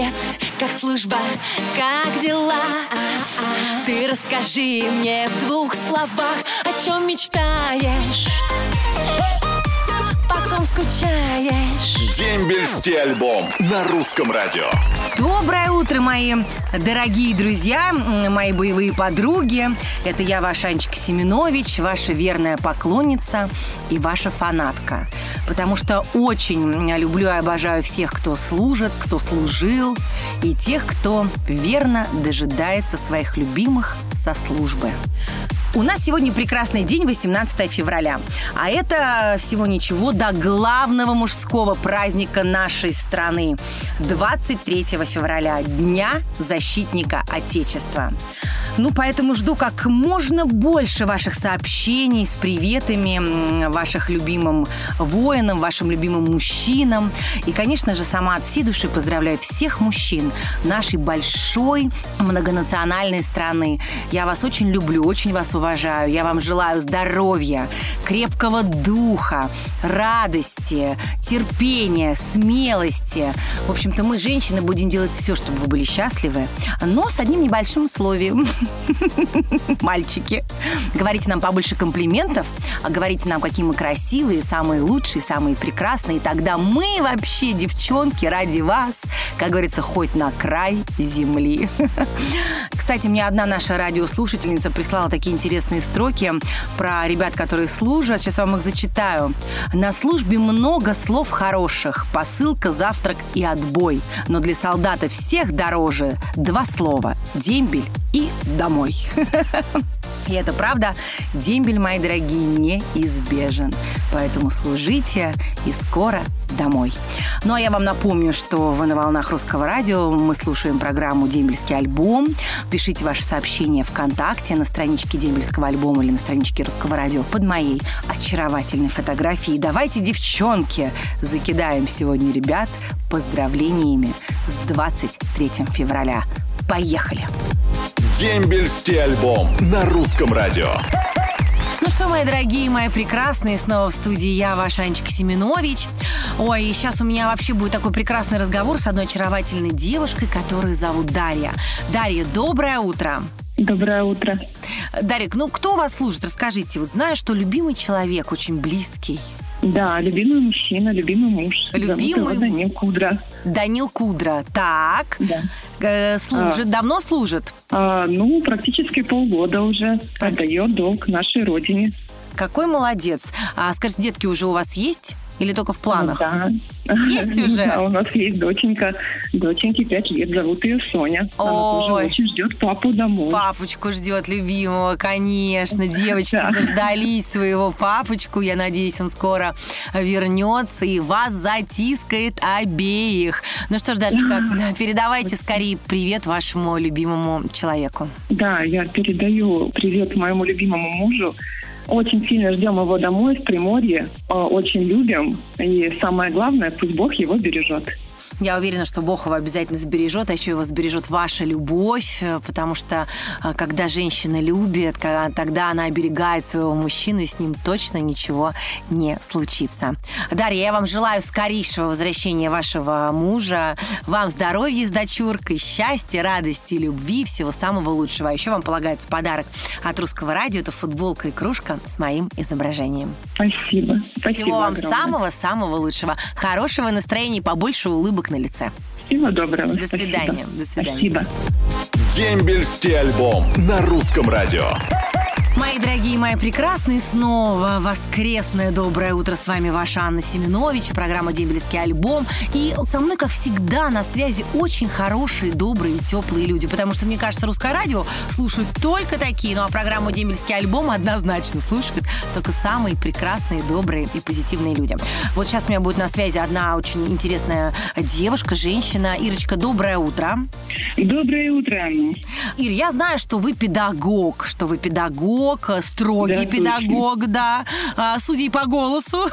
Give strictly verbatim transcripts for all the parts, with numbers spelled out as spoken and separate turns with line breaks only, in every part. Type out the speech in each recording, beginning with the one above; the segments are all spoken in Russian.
привет, как служба, как дела? Ты расскажи мне в двух словах, о чем мечтаешь, по ком скучаешь.
Дембельский альбом на русском радио.
Доброе утро, мои дорогие друзья, мои боевые подруги. Это я, ваша Анечка Семенович, ваша верная поклонница и ваша фанатка. Потому что очень люблю и обожаю всех, кто служит, кто служил, и тех, кто верно дожидается своих любимых со службы. У нас сегодня прекрасный день, восемнадцатое февраля. А это всего ничего до главного мужского праздника нашей страны. двадцать третьего февраля, Дня защитника Отечества. Ну, поэтому жду как можно больше ваших сообщений с приветами ваших любимым воинам, вашим любимым мужчинам. И, конечно же, сама от всей души поздравляю всех мужчин нашей большой многонациональной страны. Я вас очень люблю, очень вас уважаю. Я вам желаю здоровья, крепкого духа, радости, терпения, смелости. В общем-то, мы, женщины, будем делать все, чтобы вы были счастливы, но с одним небольшим условием. Мальчики, говорите нам побольше комплиментов, говорите нам, какие мы красивые, самые лучшие, самые прекрасные. И тогда мы вообще, девчонки, ради вас, как говорится, хоть на край земли. Кстати, мне одна наша радиослушательница прислала такие интересные строки про ребят, которые служат. Сейчас вам их зачитаю. На службе много слов хороших. Посылка, завтрак и отбой. Но для солдата всех дороже два слова. Дембель и домой. И это правда, дембель, мои дорогие, неизбежен. Поэтому служите и скоро домой. Ну, а я вам напомню, что вы на волнах Русского радио. Мы слушаем программу «Дембельский альбом». Пишите ваши сообщения ВКонтакте на страничке Дембельского альбома или на страничке Русского радио под моей очаровательной фотографией. Давайте, девчонки, закидаем сегодня ребят поздравлениями с двадцать третьего февраля. Поехали!
Дембельский альбом на русском радио.
Ну что, мои дорогие, мои прекрасные, снова в студии я, ваша Анечка Семенович. Ой, и сейчас у меня вообще будет такой прекрасный разговор с одной очаровательной девушкой, которую зовут Дарья. Дарья, доброе утро.
Доброе утро.
Дарик, ну кто у вас служит? Расскажите. Вот знаю, что любимый человек, очень близкий.
Да, любимый мужчина, любимый муж.
Любимый...
Данил Кудра.
Данил Кудра. Так.
Да.
Э, служит. А. Давно служит?
А, ну, практически полгода уже. Отдает долг нашей родине.
Какой молодец. А скажите, детки уже у вас есть? Или только в планах?
Да.
Есть уже?
Да, у нас есть доченька. Доченьке пять лет, зовут ее Соня. Она
Ой.
тоже очень ждет папу домой.
Папочку ждет любимого, конечно. Девочки
Да.
заждались своего папочку. Я надеюсь, он скоро вернется и вас затискает обеих. Ну что ж, Дашечка, передавайте скорее привет вашему любимому человеку.
Да, я передаю привет моему любимому мужу. Очень сильно ждем его домой, в Приморье. Очень любим. И самое главное, пусть Бог его бережет.
Я уверена, что Бог его обязательно сбережет, а еще его сбережет ваша любовь, потому что когда женщина любит, тогда она оберегает своего мужчину, и с ним точно ничего не случится. Дарья, я вам желаю скорейшего возвращения вашего мужа, вам здоровья с дочуркой, счастья, радости, любви, всего самого лучшего. А еще вам полагается подарок от Русского радио, это футболка и кружка с моим изображением.
Спасибо. Спасибо
Всего вам
огромное.
самого-самого лучшего, хорошего настроения и побольше улыбок на лице.
Всего доброго.
До свидания.
Спасибо.
До свидания.
Спасибо.
Дембельский альбом на русском радио.
Мои дорогие, мои прекрасные, снова воскресное доброе утро. С вами ваша Анна Семенович, программа «Дембельский альбом». И со мной, как всегда, на связи очень хорошие, добрые, теплые люди. Потому что, мне кажется, Русское радио слушают только такие. Ну, а программу «Дембельский альбом» однозначно слушают только самые прекрасные, добрые и позитивные люди. Вот сейчас у меня будет на связи одна очень интересная девушка, женщина. Ирочка, доброе утро.
Доброе утро, Анна.
Ир, я знаю, что вы педагог, что вы педагог, строгий
Да,
педагог,
точно.
да, а, судей по голосу.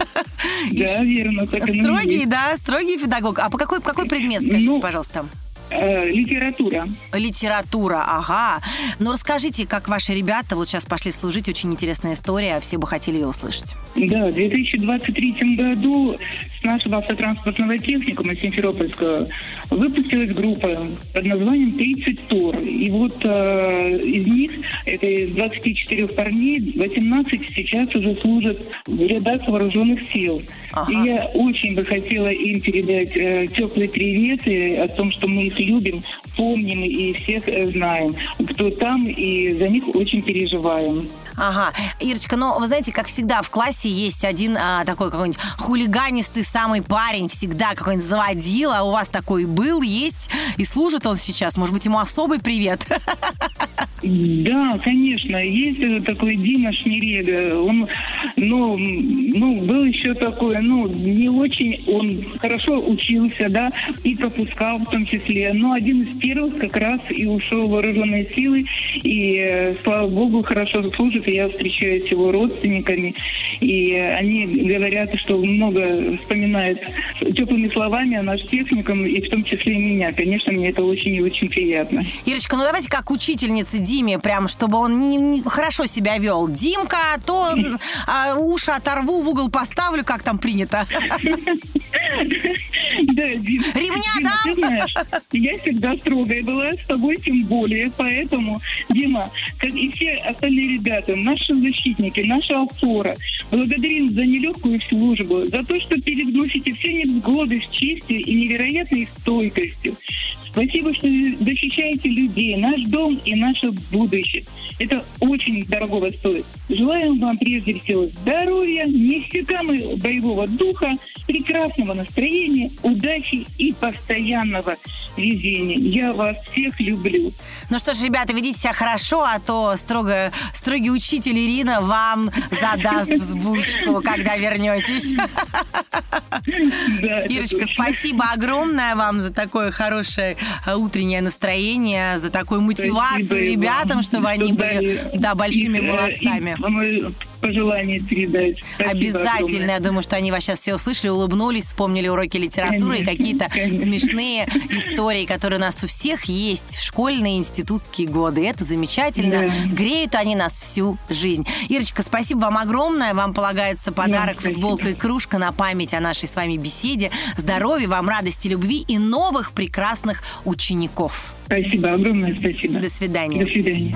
Да, верно. Так оно и
Строгий,
есть.
да, строгий педагог. А по какой, какой предмет, скажите,
Ну,
пожалуйста?
Э, литература.
Литература, ага. Ну, расскажите, как ваши ребята вот сейчас пошли служить. Очень интересная история, все бы хотели ее услышать.
Да, в две тысячи двадцать третьем году с нашего автотранспортного техникума Симферопольского выпустилась группа под названием «тридцать Тор». И вот э, из них, это из двадцати четырёх парней, восемнадцать сейчас уже служат в рядах вооруженных сил. Ага. И я очень бы хотела им передать э, теплые приветы о том, что мы их любим, помним и всех э, знаем, кто там, и за них очень переживаем.
Ага. Ирочка, ну, вы знаете, как всегда, в классе есть один а, такой какой-нибудь хулиганистый самый парень, всегда какой-нибудь заводила. У вас такой был, есть, и служит он сейчас. Может быть, ему особый привет?
Да, конечно. Есть такой Дима Шнерега. Он, ну, ну, был еще такой, ну, не очень, он хорошо учился, да, и пропускал в том числе. Но один из первых как раз и ушел в вооруженные силы, и, слава богу, хорошо служит. Я встречаюсь с его родственниками, и они говорят, что много вспоминают теплыми словами о наших техниках, и в том числе и меня. Конечно, мне это очень и очень приятно.
Ирочка, ну давайте как учительница Диме, прям, чтобы он не, не, хорошо себя вел. Димка, то а, уши оторву, в угол поставлю, как там принято.
Да, Дим,
ремня,
Дима,
да?
Ты знаешь, я всегда строгая была, с тобой тем более. Поэтому, Дима, как и все остальные ребята, наши защитники, наша опора, благодарим за нелегкую службу, за то, что переносите все невзгоды с честью и невероятной стойкостью. Спасибо, что защищаете людей, наш дом и наше будущее. Это очень дорогого стоит. Желаем вам прежде всего здоровья, неиссякаемого боевого духа, прекрасного настроения, удачи и постоянного везения. Я вас всех люблю.
Ну что ж, ребята, ведите себя хорошо, а то строго, строгий учитель Ирина вам задаст взбучку, когда вернетесь.
Да,
Ирочка, спасибо огромное вам за такое хорошее утреннее настроение, за такую мотивацию спасибо ребятам, вам. Чтобы они Туда были да, большими и, молодцами.
И, пожелания передать. Спасибо
обязательно.
Огромное.
Я думаю, что они вас сейчас все услышали, улыбнулись, вспомнили уроки литературы конечно, и какие-то конечно. смешные истории, которые у нас у всех есть в школьные институтские годы. Это замечательно. Да. Греют они нас всю жизнь. Ирочка, спасибо вам огромное. Вам полагается подарок, да, футболка и кружка на память о нашей с вами беседе. Здоровья вам, радости, любви и новых прекрасных учеников.
Спасибо, огромное спасибо.
До свидания.
До свидания.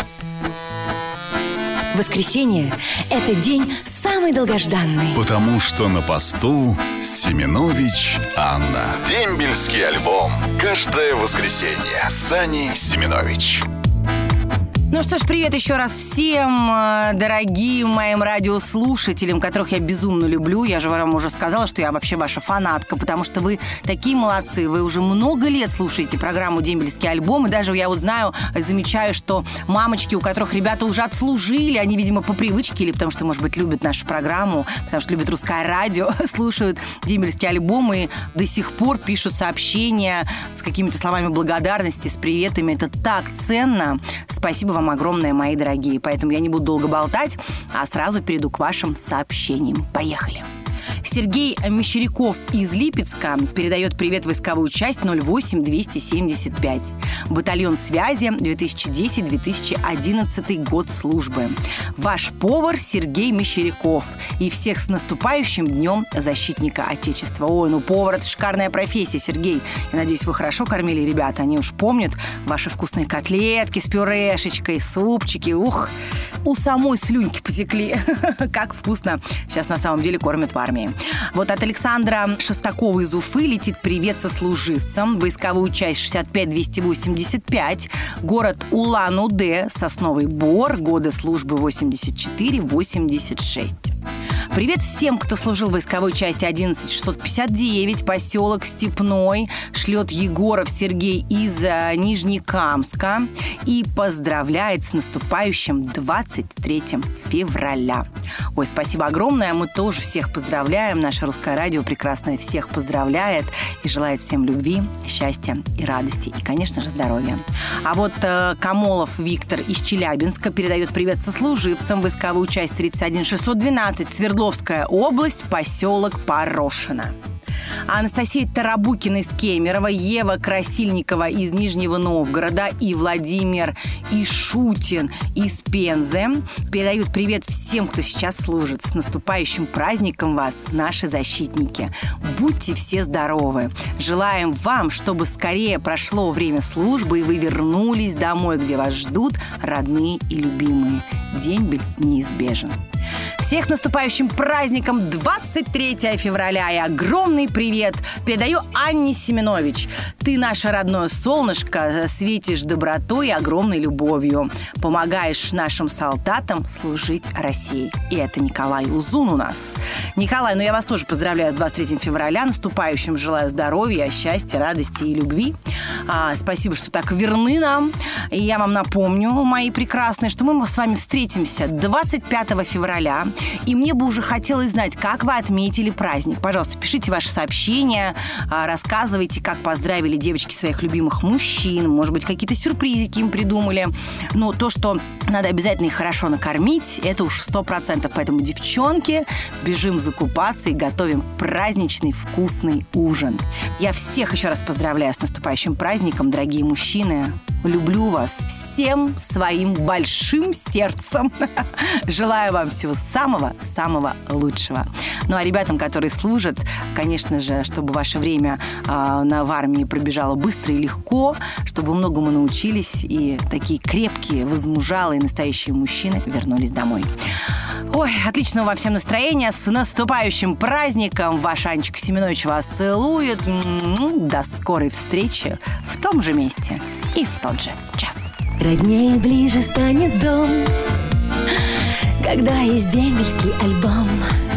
Воскресенье – это день самый долгожданный.
Потому что на посту Семенович Анна. Дембельский альбом. Каждое воскресенье. Сани Семенович.
Ну что ж, привет еще раз всем дорогим моим радиослушателям, которых я безумно люблю. Я же вам уже сказала, что я вообще ваша фанатка, потому что вы такие молодцы. Вы уже много лет слушаете программу «Дембельский альбом». И даже я вот знаю, замечаю, что мамочки, у которых ребята уже отслужили, они, видимо, по привычке или потому что, может быть, любят нашу программу, потому что любят русское радио, слушают «Дембельский альбом» и до сих пор пишут сообщения с какими-то словами благодарности, с приветами. Это так ценно. Спасибо вам огромное, мои дорогие. Поэтому я не буду долго болтать, а сразу перейду к вашим сообщениям. Поехали. Сергей Мещеряков из Липецка передает привет в войсковую часть ноль восемь двести семьдесят пять. Батальон связи две тысячи десятый - две тысячи одиннадцатый год службы. Ваш повар Сергей Мещеряков. И всех с наступающим Днем Защитника Отечества. Ой, ну повар – это шикарная профессия, Сергей. Я надеюсь, вы хорошо кормили ребят. Они уж помнят ваши вкусные котлетки с пюрешечкой, супчики. Ух, у самой слюньки потекли. Как вкусно сейчас на самом деле кормят в армии. Вот от Александра Шестакова из Уфы летит привет сослуживцам. Войсковую часть шестьдесят пять двести восемьдесят пять. Город Улан-Удэ, Сосновый Бор. Годы службы восемьдесят четыре - восемьдесят шесть. Привет всем, кто служил в войсковой части одиннадцать шестьсот пятьдесят девять, поселок Степной. Шлет Егоров Сергей из Нижнекамска и поздравляет с наступающим двадцать третьим февраля. Ой, спасибо огромное. Мы тоже всех поздравляем. Наше русское радио прекрасное всех поздравляет и желает всем любви, счастья и радости. И, конечно же, здоровья. А вот э, Камолов Виктор из Челябинска передает привет сослуживцам. Войсковую часть тридцать один шестьсот двенадцать, Свердловская область, поселок Порошино. Анастасия Тарабукина из Кемерово, Ева Красильникова из Нижнего Новгорода и Владимир Ишутин из Пензы передают привет всем, кто сейчас служит. С наступающим праздником вас, наши защитники. Будьте все здоровы. Желаем вам, чтобы скорее прошло время службы, и вы вернулись домой, где вас ждут родные и любимые. Дембель неизбежен. Всех с наступающим праздником двадцать третьего февраля. И огромный привет передаю Анне Семенович. Ты наше родное солнышко, светишь добротой и огромной любовью. Помогаешь нашим солдатам служить России. И это Николай Узун у нас. Николай, ну я вас тоже поздравляю с двадцать третьего февраля. Наступающим желаю здоровья, счастья, радости и любви. А, спасибо, что так верны нам. И я вам напомню, мои прекрасные, что мы с вами встретимся двадцать пятого февраля. И мне бы уже хотелось знать, как вы отметили праздник. Пожалуйста, пишите ваши сообщения, рассказывайте, как поздравили девочки своих любимых мужчин. Может быть, какие-то сюрпризики им придумали. Но то, что надо обязательно их хорошо накормить, это уж сто процентов. Поэтому, девчонки, бежим закупаться и готовим праздничный вкусный ужин. Я всех еще раз поздравляю с наступающим праздником, дорогие мужчины. Люблю вас всем своим большим сердцем. Желаю вам всего самого-самого лучшего. Ну а ребятам, которые служат, конечно же, чтобы ваше время э, на, в армии пробежало быстро и легко, чтобы вы многому научились, и такие крепкие, возмужалые, настоящие мужчины вернулись домой. Ой, отличного вам всем настроения. С наступающим праздником. Ваш Анечка Семенович вас целует. До скорой встречи в том же месте и в тот же час.
Роднее ближе станет дом, когда есть дембельский альбом.